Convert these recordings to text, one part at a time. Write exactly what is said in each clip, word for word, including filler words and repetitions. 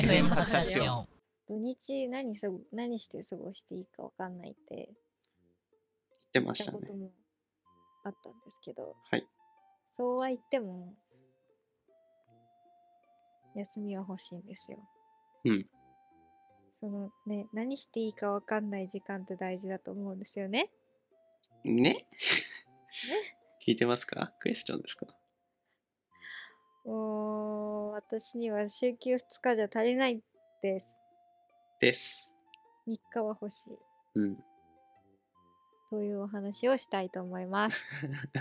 フエム 発ラジオ。 土日何すご何して過ごしていいかわかんないって言ってま言っしたたね。 こともあったんですけど、 はい。 そうは言っても休みは欲しいんですよ。 うん。 そのね、何していいかわかんない時間って大事だと思うんですよね。 ねね聞いてますか？クエスチョンですか？ もう私には週休ふつかじゃ足りないです。 です。 みっかは欲しいうん。 というお話をしたいと思います。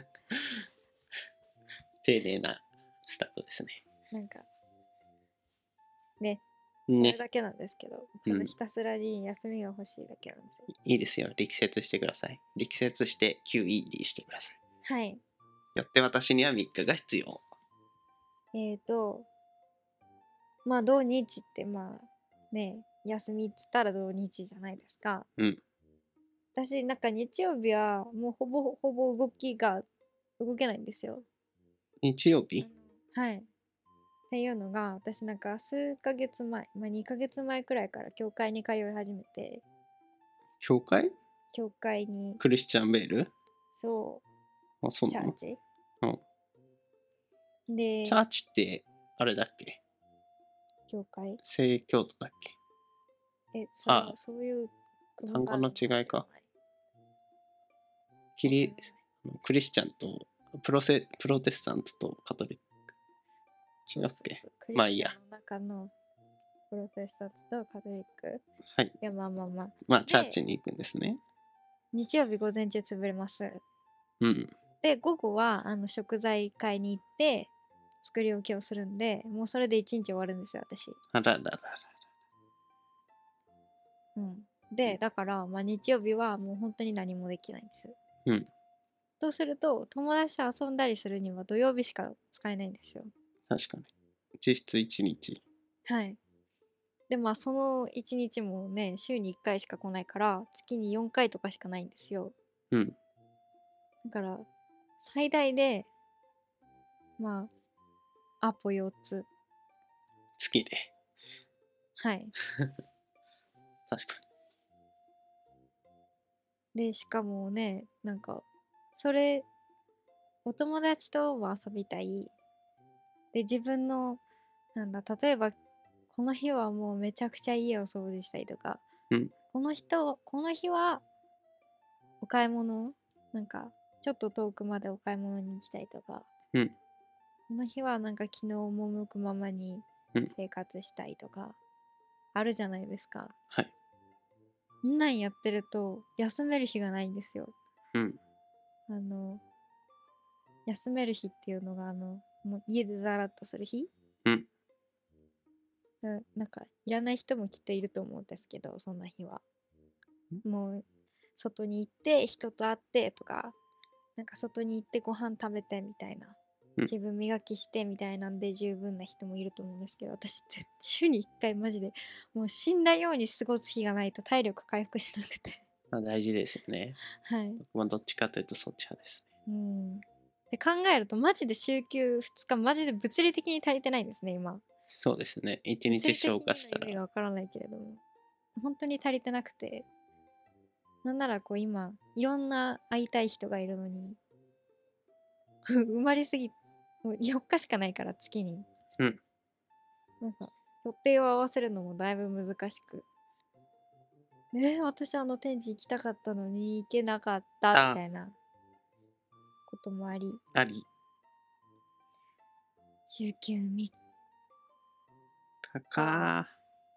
丁寧なスタートですね。 なんかね、それね。 だけなんですけど、 うんただひたすらに休みが欲しいだけなんですよ。 いいですよ。力説してください。力説して キューイーディー してください。 はい。 よって私にはみっかが必要。 えーと、まあ土日ってまあね、休みっつったら土日じゃないですか。 うん。 私なんか日曜日はもうほぼほぼ動きが動けないんですよ。 日曜日？ はい。っていうのが私なんか数ヶ月前、まあにかげつまえくらいから教会に通い始めて、 教会？ 教会にクリスチャンベール？ そあ、そうう、チなの？ ャーチうん。 で、 チャーチってあれだっけ？ 教会正教徒だっけ？ え、そうあ、 そういう組単語の違いか。キリクリスチャンとプロセプロテスタントとカトリック違うっけ？まあいいや。 クリスチャンの中のプロテスタントとカトリック。 はい。 いや、まあまあまあ。 まあチャーチに行くんですね。 日曜日午前中潰れます。 うん。 で、午後はあの食材買いに行って作り置きをするんで、もうそれで一日終わるんですよ、私。 あらららら。 うん。で、だから、まあ、日曜日はもう本当に何もできないんです。 うん。 とすると、友達と遊んだりするには土曜日しか使えないんですよ。 確かに。実質いちにち。 はい。で、まあ、そのいちにちもね、週にいっかいしか来ないから、月によんかいとかしかないんですよ。 うん。 だから、最大で、まあ、アポよっつ。 月で。 はい。 確かで、しかもね、なんか、それ、お友達とも遊びたい。で、自分の、なんだ、例えば、この日はもうめちゃくちゃ家を掃除したりとか、 に。うん。 この人、この日はお買い物、なんか、ちょっと遠くまでお買い物に行きたいとか、 うん。 この日はなんか昨日赴くままにうん生活したいとか、あるじゃないですか。 はい。 みんなんやってると、休める日がないんですよ。 うん。 あの、休める日っていうのが、あの、もう家でザラッとする日うん。 ななんか、いらない人もきっといると思うんですけど、そんな日は。もう、外に行って、人と会ってとか、なんか外に行ってご飯食べてみたいな。 うん自分磨きしてみたいなんで十分な人もいると思うんですけど、私、ぜ週にいっかいマジで、もう死んだように過ごす日がないと体力回復しなくて。 まあ大事ですよね。 はい。 僕もどっちかというとそっち派ですね。 うん。で考えると、マジで週休ふつか、マジで物理的に足りてないんですね、今。 そうですね。いちにち消化したら。 物理的にの意味がわからないけれども、本当に足りてなくて、なんならこう今、いろんな会いたい人がいるのに、埋まりすぎ、もうよっかしかないから月に。 うん。 なんか、予定を合わせるのもだいぶ難しく。ねえ、私あの展示行きたかったのに行けなかったみたいなこともあり、 あり。 週休みっかか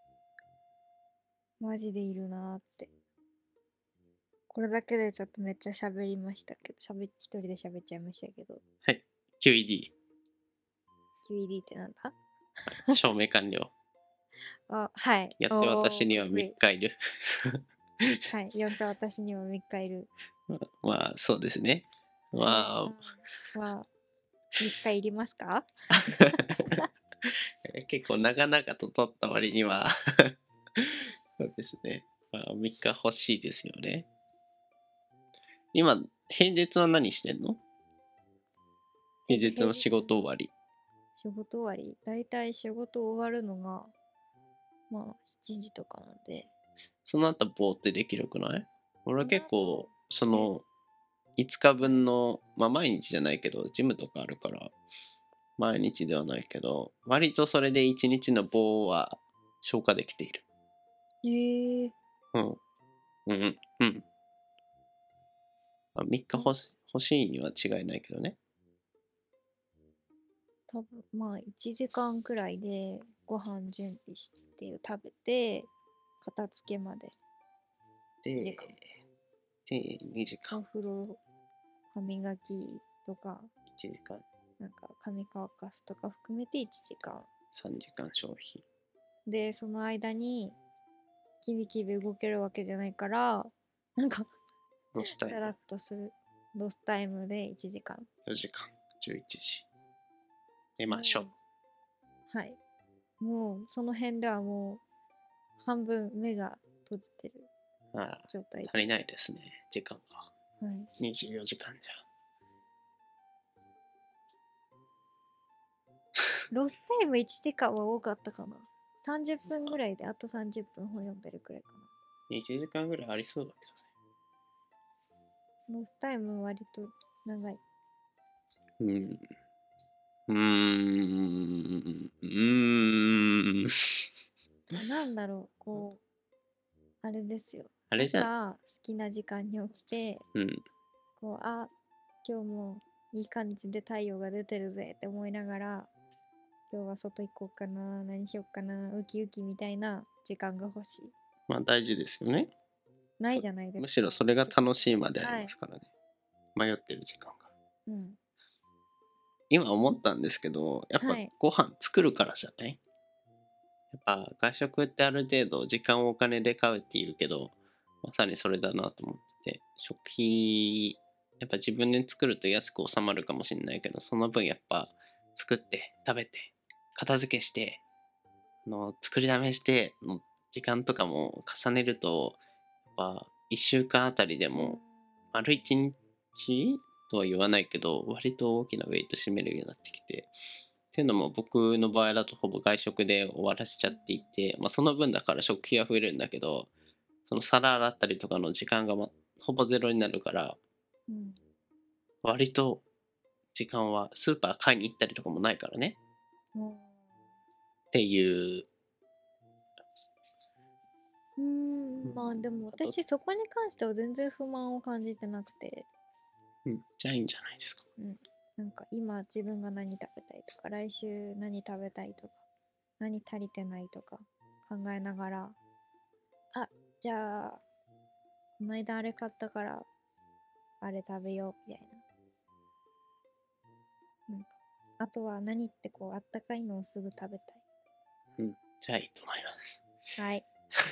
マジでいるなーって。これだけでちょっとめっちゃ喋りましたけど、喋っ一人で喋っちゃいましたけど、 はい。キューイーディー。 キューイーディー ってなんだ？ 証明完了。 あ、はい。 やって私にはおーみっかいる。 はい。やって私にはみっかいる。 まあそうですね。まあ、 はみっかいりますか？ 結構長々と取った割にはそうですね。まあ、みっか欲しいですよね。今、平日は何してんの？平日の仕事終わり。 仕事終わりだいたい仕事終わるのがまあしちじとかなんで。 その後ぼーってできるくない？俺は結構そそののいつかぶんの、まあ毎日じゃないけどジムとかあるから毎日ではないけど割とそれでいちにちの棒は消化できている。 へえ。 うんうんうんまあ、みっか欲し欲しいには違いないけどね。 多分まあいちじかんくらいでご飯準備して食べて片付けまでいちじでかん。 でにじかんお風呂、歯磨きとか、 いちじかんなんか髪乾かすとか含めていちじかん。 さんじかん消費で、その間にキビキビ動けるわけじゃないから、なんかロスタイムだらっとするロスタイムでいちじかん。 よじかんじゅういちじ寝ましょう。 はい。もうその辺ではもう半分目が閉じてるああ状態で。 足りないですね時間が。 はい。 にじゅうよじかんじゃ。 ロスタイムいちじかんは多かったかな。さんじゅっぷんぐらいであとさんじゅっぷん本読んでるくらいかいちじかんぐらいありそうだけな。ロスタイム割と長い。 どね。うん。うーん。うーん。 なんだろう、こう、あれですよ。 あれじゃん。 朝好きな時間に起きて、 うん。 こう、あ、今日もいい感じで太陽が出てるぜって思いながら、今日は外行こうかな、何しようかな、ウキウキみたいな時間が欲しい。 まあ大事ですよね。 ないじゃないですか。 むしろそれが楽しいまでありはい。 ますからね。迷ってる時間が。 うん。 今思ったんですけど、やっぱはい。 ご飯作るからじゃない？やっぱ外食ってある程度時間をお金で買うっていうけど、まさにそれだなと思ってて、食費、やっぱ自分で作ると安く収まるかもしれないけど、その分やっぱ作って食べて片付けしてあの作りだめしての時間とかも重ねるとやっぱいっしゅうかんあたりでも丸いちにちとは言わないけど割と大きなウェイト占めるようになってきてっていうのも僕の場合だとほぼ外食で終わらせちゃっていて、まあ、その分だから食費は増えるんだけどその皿洗ったりとかの時間が、ま、ほぼゼロになるからうん。 割と時間はスーパー買いに行ったりとかもないからねうん。 っていう。 うーん、まあでもあと私そこに関しては全然不満を感じてなくて、 うん、じゃあいいんじゃないですか。 うん。なんか今自分が何食べたいとか、来週何食べたいとか、何足りてないとか考えながら、あ、じゃあ、この間あれ買ったから、あれ食べよう、みたいな。なんか、あとは何ってこう、あったかいのをすぐ食べたうん、じゃあいいと思います。 い。はい。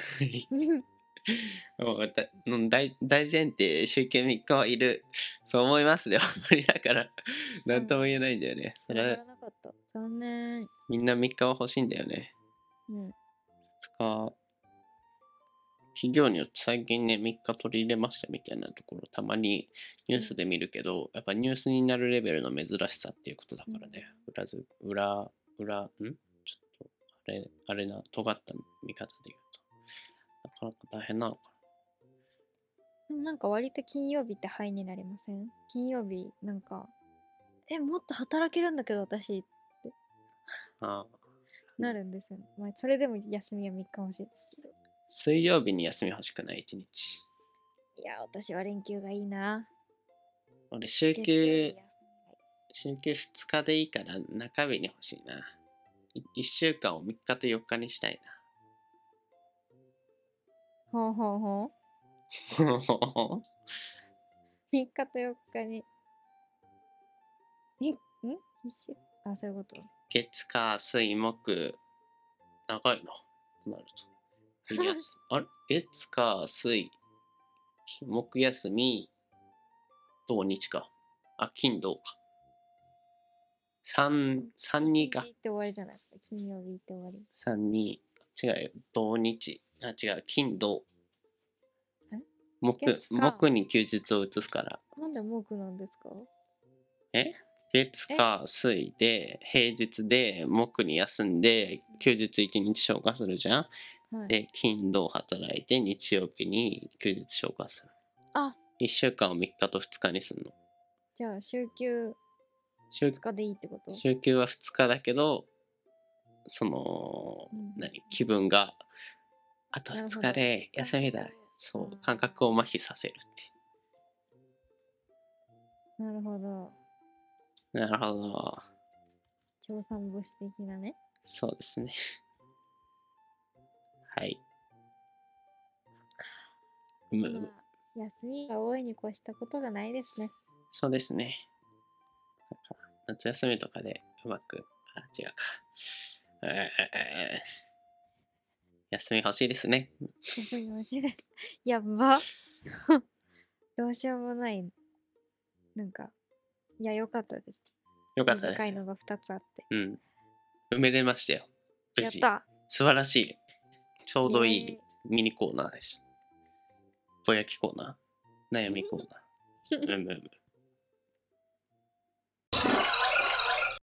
もうだうん大大前提週休みっかはいるそう思いますで終わりだから何とも言えないんだよね。そ繋がれはらなかった。残念。 みんなみっかは欲しいんだよね。 うん。 ふつか企業によって最近ねみっか取り入れましたみたいなところたまにニュースで見るけど、やっぱニュースになるレベルの珍しさっていうことだからね。裏ず裏裏んちょっとあれあれな尖った見方で言うとなかなか大変なのかでもなんか割と金曜日ってハイになりません？金曜日なんか、え、もっと働けるんだけど私ってな。ああなるんですよね。まあそれでも休みはみっか欲しいですけど。 水曜日に休み欲しくないいちにち。 いや、私は連休がいいな。 俺週月曜日休み休がいい。 週休ふつかでいいから中日に欲しいな。いいっしゅうかんをみっかとよっかにしたいほうほうほう。 な。 みっかとよっかに。え、ん一週あ、そういうこと。 月火水木長いなとなると。金休あれ月火水木休み土日か。あ金土か。三三二か。 一日って終わりじゃないですか。金曜日って終わり。 三二違うよ土日あ違う金土え木月火木に休日を移すから。 なんで文句なんですか？ え月え火水で平日で木に休んで休日いちにち消化するじゃん。 はい。 で金土働いて日曜日に休日消化する。 あ、 いっしゅうかんをみっかとふつかにするの。 じゃあ週休週ふつかでいいってこと？ 週休はふつかだけど、その、 うん何気分があと2 なるほど。 日で休みだ。 感覚をそうあー感覚を麻痺させるってなるほど。 なるほど。 調産母子的なね。 そうですね。はい。むまあ、休みが多いに越したことがないですね。 そうですね。なんか夏休みとかでうまく、あ、違うか。えー休み欲しいですね。 休み欲しいです。やば。どうしようもない。なんか、いや、よかったです。 よかったですよ。 短いのがふたつあって。 うん。埋めれましたよ。無事。 やった素晴らしい。ちょうどいいイエーイミニコーナーでした。ぼやきコーナー。悩みコーナー。うむうむ。